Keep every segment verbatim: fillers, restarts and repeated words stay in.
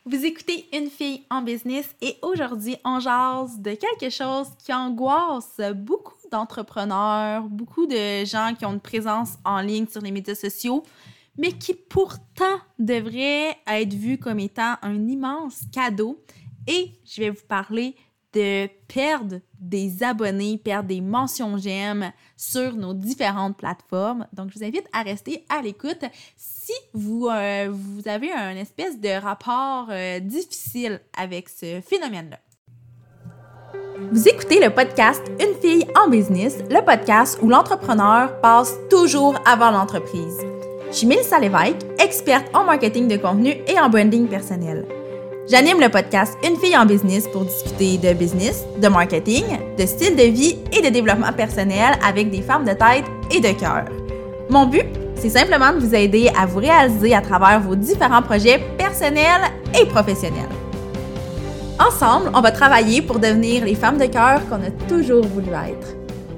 Vous écoutez Une fille en business et aujourd'hui, on jase de quelque chose qui angoisse beaucoup d'entrepreneurs, beaucoup de gens qui ont une présence en ligne sur les médias sociaux, mais qui pourtant devrait être vu comme étant un immense cadeau. Et je vais vous parler de perdre des abonnés, perdre des mentions j'aime sur nos différentes plateformes. Donc, je vous invite à rester à l'écoute si vous, euh, vous avez un espèce de rapport euh, difficile avec ce phénomène-là. Vous écoutez le podcast Une fille en business, le podcast où l'entrepreneur passe toujours avant l'entreprise. Je suis Mélissa Lévesque, experte en marketing de contenu et en branding personnel. J'anime le podcast Une fille en business pour discuter de business, de marketing, de style de vie et de développement personnel avec des femmes de tête et de cœur. Mon but, c'est simplement de vous aider à vous réaliser à travers vos différents projets personnels et professionnels. Ensemble, on va travailler pour devenir les femmes de cœur qu'on a toujours voulu être.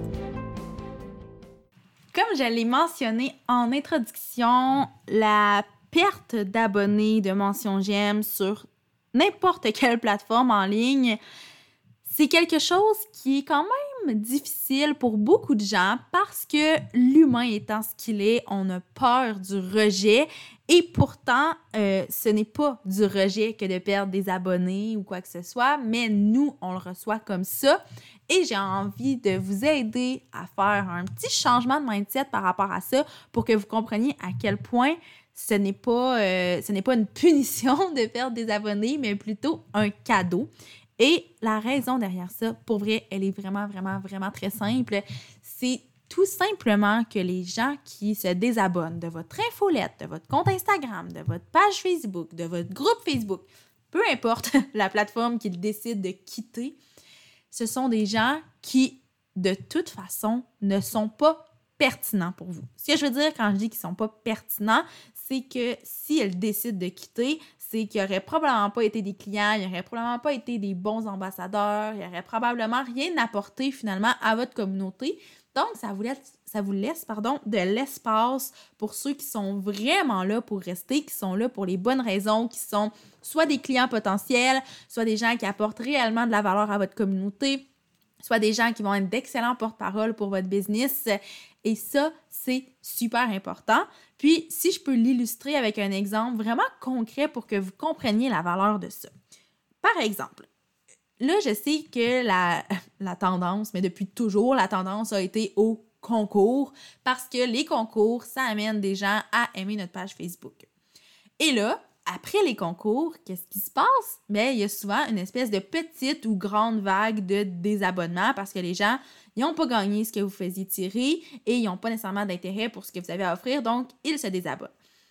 Comme je l'ai mentionné en introduction, la perte d'abonnés, de mentions j'aime sur n'importe quelle plateforme en ligne, c'est quelque chose qui est quand même difficile pour beaucoup de gens parce que l'humain étant ce qu'il est, on a peur du rejet et pourtant, euh, ce n'est pas du rejet que de perdre des abonnés ou quoi que ce soit, mais nous, on le reçoit comme ça et j'ai envie de vous aider à faire un petit changement de mindset par rapport à ça pour que vous compreniez à quel point Ce n'est pas, euh, ce n'est pas une punition de perdre des abonnés, mais plutôt un cadeau. Et la raison derrière ça, pour vrai, elle est vraiment, vraiment, vraiment très simple. C'est tout simplement que les gens qui se désabonnent de votre infolette, de votre compte Instagram, de votre page Facebook, de votre groupe Facebook, peu importe la plateforme qu'ils décident de quitter, ce sont des gens qui, de toute façon, ne sont pas pertinents pour vous. Ce que je veux dire quand je dis qu'ils ne sont pas pertinents, c'est que si elles décident de quitter, c'est qu'ils n'auraient probablement pas été des clients, ils n'auraient probablement pas été des bons ambassadeurs, ils n'auraient probablement rien apporté finalement à votre communauté. Donc, ça vous laisse, ça vous laisse pardon, de l'espace pour ceux qui sont vraiment là pour rester, qui sont là pour les bonnes raisons, qui sont soit des clients potentiels, soit des gens qui apportent réellement de la valeur à votre communauté, soit des gens qui vont être d'excellents porte-parole pour votre business. Et ça, c'est super important. Puis, si je peux l'illustrer avec un exemple vraiment concret pour que vous compreniez la valeur de ça. Par exemple, là, je sais que la, la tendance, mais depuis toujours, la tendance a été au concours parce que les concours, ça amène des gens à aimer notre page Facebook. Et là, après les concours, qu'est-ce qui se passe? Bien, il y a souvent une espèce de petite ou grande vague de désabonnement parce que les gens, ils n'ont pas gagné ce que vous faisiez tirer et ils n'ont pas nécessairement d'intérêt pour ce que vous avez à offrir, donc ils se désabonnent.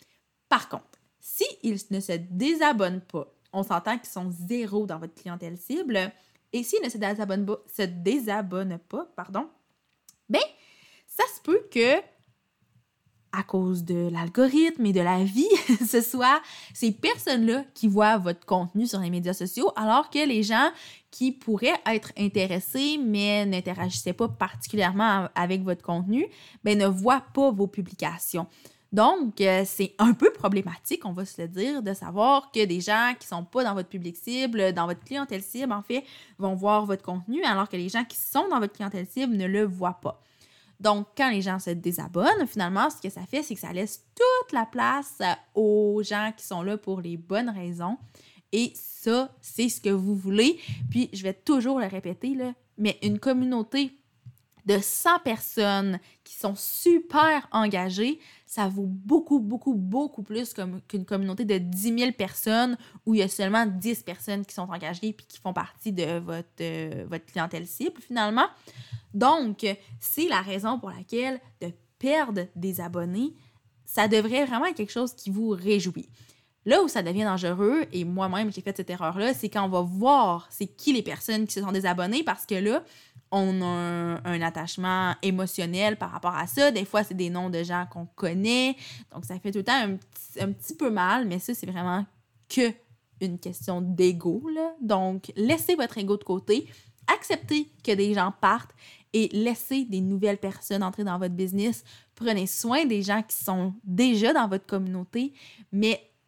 Par contre, s'ils ne se désabonnent pas, on s'entend qu'ils sont zéro dans votre clientèle cible, et s'ils ne se désabonnent pas, se désabonnent pas, pardon, bien, ça se peut que à cause de l'algorithme et de la vie, ce soit ces personnes-là qui voient votre contenu sur les médias sociaux, alors que les gens qui pourraient être intéressés, mais n'interagissaient pas particulièrement avec votre contenu, bien, ne voient pas vos publications. Donc, euh, c'est un peu problématique, on va se le dire, de savoir que des gens qui ne sont pas dans votre public cible, dans votre clientèle cible, en fait, vont voir votre contenu, alors que les gens qui sont dans votre clientèle cible ne le voient pas. Donc, quand les gens se désabonnent, finalement, ce que ça fait, c'est que ça laisse toute la place aux gens qui sont là pour les bonnes raisons. Et ça, c'est ce que vous voulez. Puis, je vais toujours le répéter, là, mais une communauté de cent personnes qui sont super engagées, ça vaut beaucoup, beaucoup, beaucoup plus comme, qu'une communauté de dix mille personnes où il y a seulement dix personnes qui sont engagées puis qui font partie de votre, euh, votre clientèle cible, finalement. Donc, c'est la raison pour laquelle de perdre des abonnés, ça devrait vraiment être quelque chose qui vous réjouit. Là où ça devient dangereux, et moi-même j'ai fait cette erreur-là, c'est quand on va voir c'est qui les personnes qui se sont désabonnées parce que là, on a un, un attachement émotionnel par rapport à ça. Des fois, c'est des noms de gens qu'on connaît, donc ça fait tout le temps un petit, un petit peu mal, mais ça, c'est vraiment que une question d'ego, là. Donc, laissez votre ego de côté, acceptez que des gens partent et laissez des nouvelles personnes entrer dans votre business. Prenez soin des gens qui sont déjà dans votre communauté, mais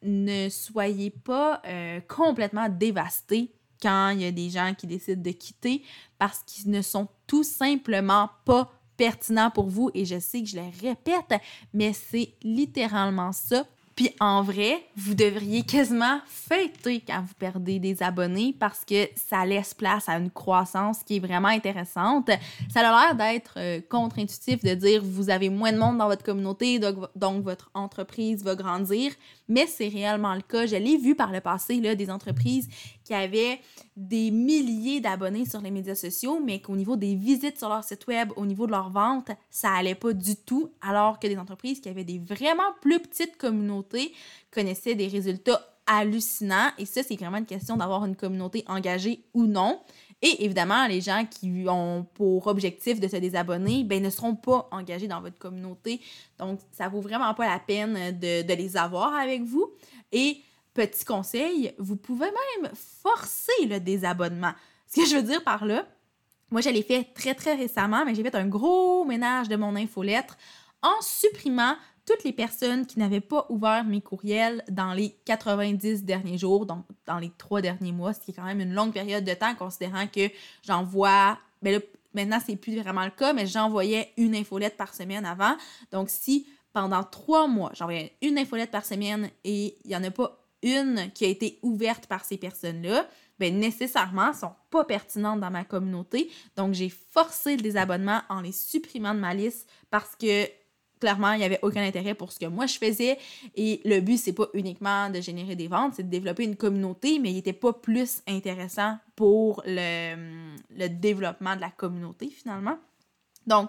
ne soyez pas euh, complètement dévastés quand il y a des gens qui décident de quitter parce qu'ils ne sont tout simplement pas pertinents pour vous. Et je sais que je le répète, mais c'est littéralement ça. Puis en vrai, vous devriez quasiment fêter quand vous perdez des abonnés parce que ça laisse place à une croissance qui est vraiment intéressante. Ça a l'air d'être euh, contre-intuitif de dire vous avez moins de monde dans votre communauté, donc, donc votre entreprise va grandir, mais c'est réellement le cas. Je l'ai vu par le passé, là, des entreprises qui avaient des milliers d'abonnés sur les médias sociaux, mais qu'au niveau des visites sur leur site web, au niveau de leurs ventes, ça allait pas du tout, alors que des entreprises qui avaient des vraiment plus petites communautés connaissaient des résultats hallucinants. Et ça, c'est vraiment une question d'avoir une communauté engagée ou non. Et évidemment, les gens qui ont pour objectif de se désabonner, ben, ne seront pas engagés dans votre communauté. Donc, ça vaut vraiment pas la peine de, de les avoir avec vous. Et petit conseil, vous pouvez même forcer le désabonnement. Ce que je veux dire par là, moi, je l'ai fait très, très récemment, mais j'ai fait un gros ménage de mon infolettre en supprimant toutes les personnes qui n'avaient pas ouvert mes courriels dans les quatre-vingt-dix derniers jours, donc dans les trois derniers mois, ce qui est quand même une longue période de temps, considérant que j'envoie... Ben là, maintenant, c'est plus vraiment le cas, mais j'envoyais une infolette par semaine avant. Donc, si pendant trois mois, j'envoyais une infolette par semaine et il n'y en a pas une qui a été ouverte par ces personnes-là, bien nécessairement, ne sont pas pertinentes dans ma communauté. Donc, j'ai forcé le désabonnement en les supprimant de ma liste parce que, clairement, il n'y avait aucun intérêt pour ce que moi je faisais. Et le but, c'est pas uniquement de générer des ventes, c'est de développer une communauté, mais il n'était pas plus intéressant pour le, le développement de la communauté, finalement. Donc,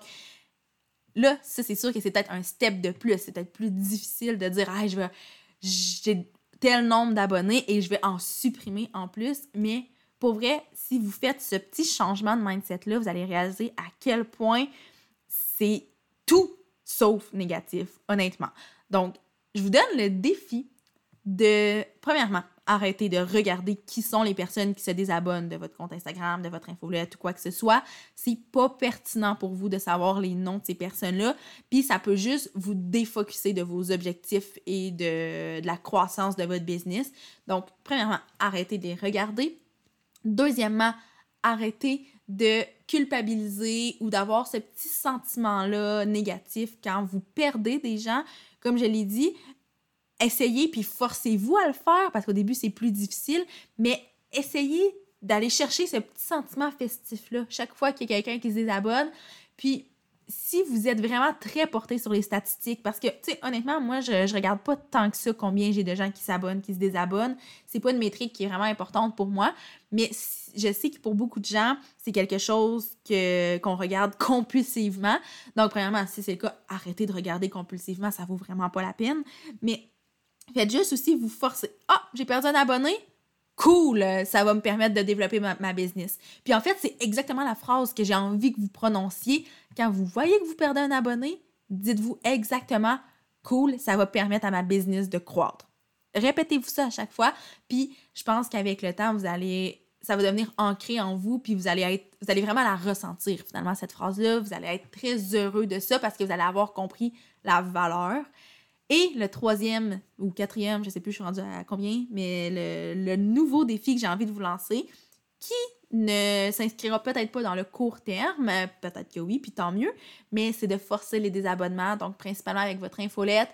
là, ça, c'est sûr que c'est peut-être un step de plus. C'est peut-être plus difficile de dire « Ah, je vais... j'ai tel nombre d'abonnés et je vais en supprimer en plus. » Mais pour vrai, si vous faites ce petit changement de mindset-là, vous allez réaliser à quel point c'est tout sauf négatif, honnêtement. Donc, je vous donne le défi de, premièrement, arrêter de regarder qui sont les personnes qui se désabonnent de votre compte Instagram, de votre infolette ou quoi que ce soit. C'est pas pertinent pour vous de savoir les noms de ces personnes-là. Puis ça peut juste vous défocusser de vos objectifs et de, de la croissance de votre business. Donc, premièrement, arrêtez de les regarder. Deuxièmement, arrêtez de culpabiliser ou d'avoir ce petit sentiment-là négatif quand vous perdez des gens. Comme je l'ai dit, essayez puis forcez-vous à le faire parce qu'au début, c'est plus difficile, mais essayez d'aller chercher ce petit sentiment festif-là chaque fois qu'il y a quelqu'un qui se désabonne. Puis, si vous êtes vraiment très porté sur les statistiques, parce que, tu sais, honnêtement, moi, je, je regarde pas tant que ça combien j'ai de gens qui s'abonnent, qui se désabonnent. C'est pas une métrique qui est vraiment importante pour moi, mais je sais que pour beaucoup de gens, c'est quelque chose que, qu'on regarde compulsivement. Donc, premièrement, si c'est le cas, arrêtez de regarder compulsivement, ça vaut vraiment pas la peine. Mais faites juste aussi vous forcer. Ah, j'ai perdu un abonné? Cool, ça va me permettre de développer ma, ma business. Puis en fait, c'est exactement la phrase que j'ai envie que vous prononciez. Quand vous voyez que vous perdez un abonné, dites-vous exactement « Cool, ça va permettre à ma business de croître ». Répétez-vous ça à chaque fois, puis je pense qu'avec le temps, vous allez, ça va devenir ancré en vous, puis vous allez être, vous allez vraiment la ressentir, finalement, cette phrase-là. Vous allez être très heureux de ça parce que vous allez avoir compris la valeur. Et le troisième ou quatrième, je ne sais plus, je suis rendue à combien, mais le, le nouveau défi que j'ai envie de vous lancer, qui ne s'inscrira peut-être pas dans le court terme, peut-être que oui, puis tant mieux, mais c'est de forcer les désabonnements, donc principalement avec votre infolette,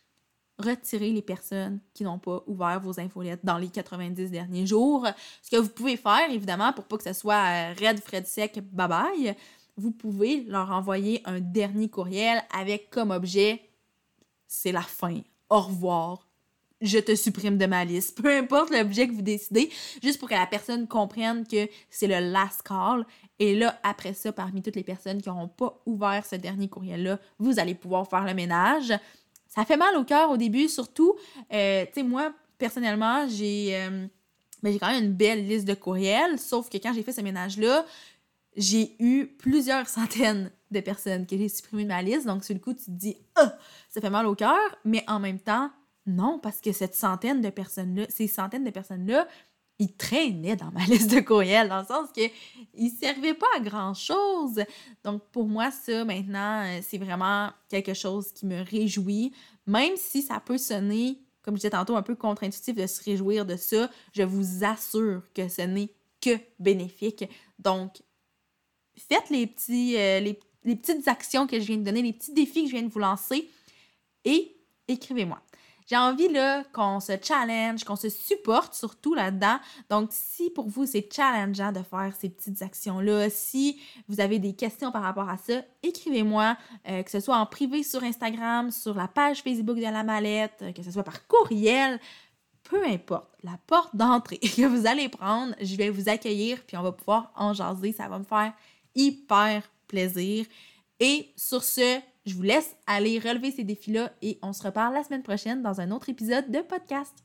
retirez les personnes qui n'ont pas ouvert vos infolettes dans les quatre-vingt-dix derniers jours. Ce que vous pouvez faire, évidemment, pour pas que ce soit raide, Fred sec, bye-bye, vous pouvez leur envoyer un dernier courriel avec comme objet c'est la fin, au revoir, je te supprime de ma liste. Peu importe l'objet que vous décidez, juste pour que la personne comprenne que c'est le last call. Et là, après ça, parmi toutes les personnes qui n'auront pas ouvert ce dernier courriel-là, vous allez pouvoir faire le ménage. Ça fait mal au cœur au début, surtout, euh, tu sais, moi, personnellement, j'ai, euh, ben, j'ai quand même une belle liste de courriels, sauf que quand j'ai fait ce ménage-là, j'ai eu plusieurs centaines de personnes que j'ai supprimées de ma liste. Donc, sur le coup, tu te dis « Ah! Ça fait mal au cœur », mais en même temps, non, parce que cette centaine de personnes-là, ces centaines de personnes-là, ils traînaient dans ma liste de courriels, dans le sens qu'ils ne servaient pas à grand-chose. Donc, pour moi, ça, maintenant, c'est vraiment quelque chose qui me réjouit, même si ça peut sonner comme je disais tantôt, un peu contre-intuitif de se réjouir de ça, je vous assure que ce n'est que bénéfique. Donc, faites les, petits, euh, les, les petites actions que je viens de donner, les petits défis que je viens de vous lancer et écrivez-moi. J'ai envie là, qu'on se challenge, qu'on se supporte surtout là-dedans. Donc, si pour vous, c'est challengeant de faire ces petites actions-là, si vous avez des questions par rapport à ça, écrivez-moi, euh, que ce soit en privé sur Instagram, sur la page Facebook de La Mallette, euh, que ce soit par courriel, peu importe, la porte d'entrée que vous allez prendre, je vais vous accueillir puis on va pouvoir en jaser. Ça va me faire hyper plaisir. Et sur ce, je vous laisse aller relever ces défis-là et on se reparle la semaine prochaine dans un autre épisode de podcast.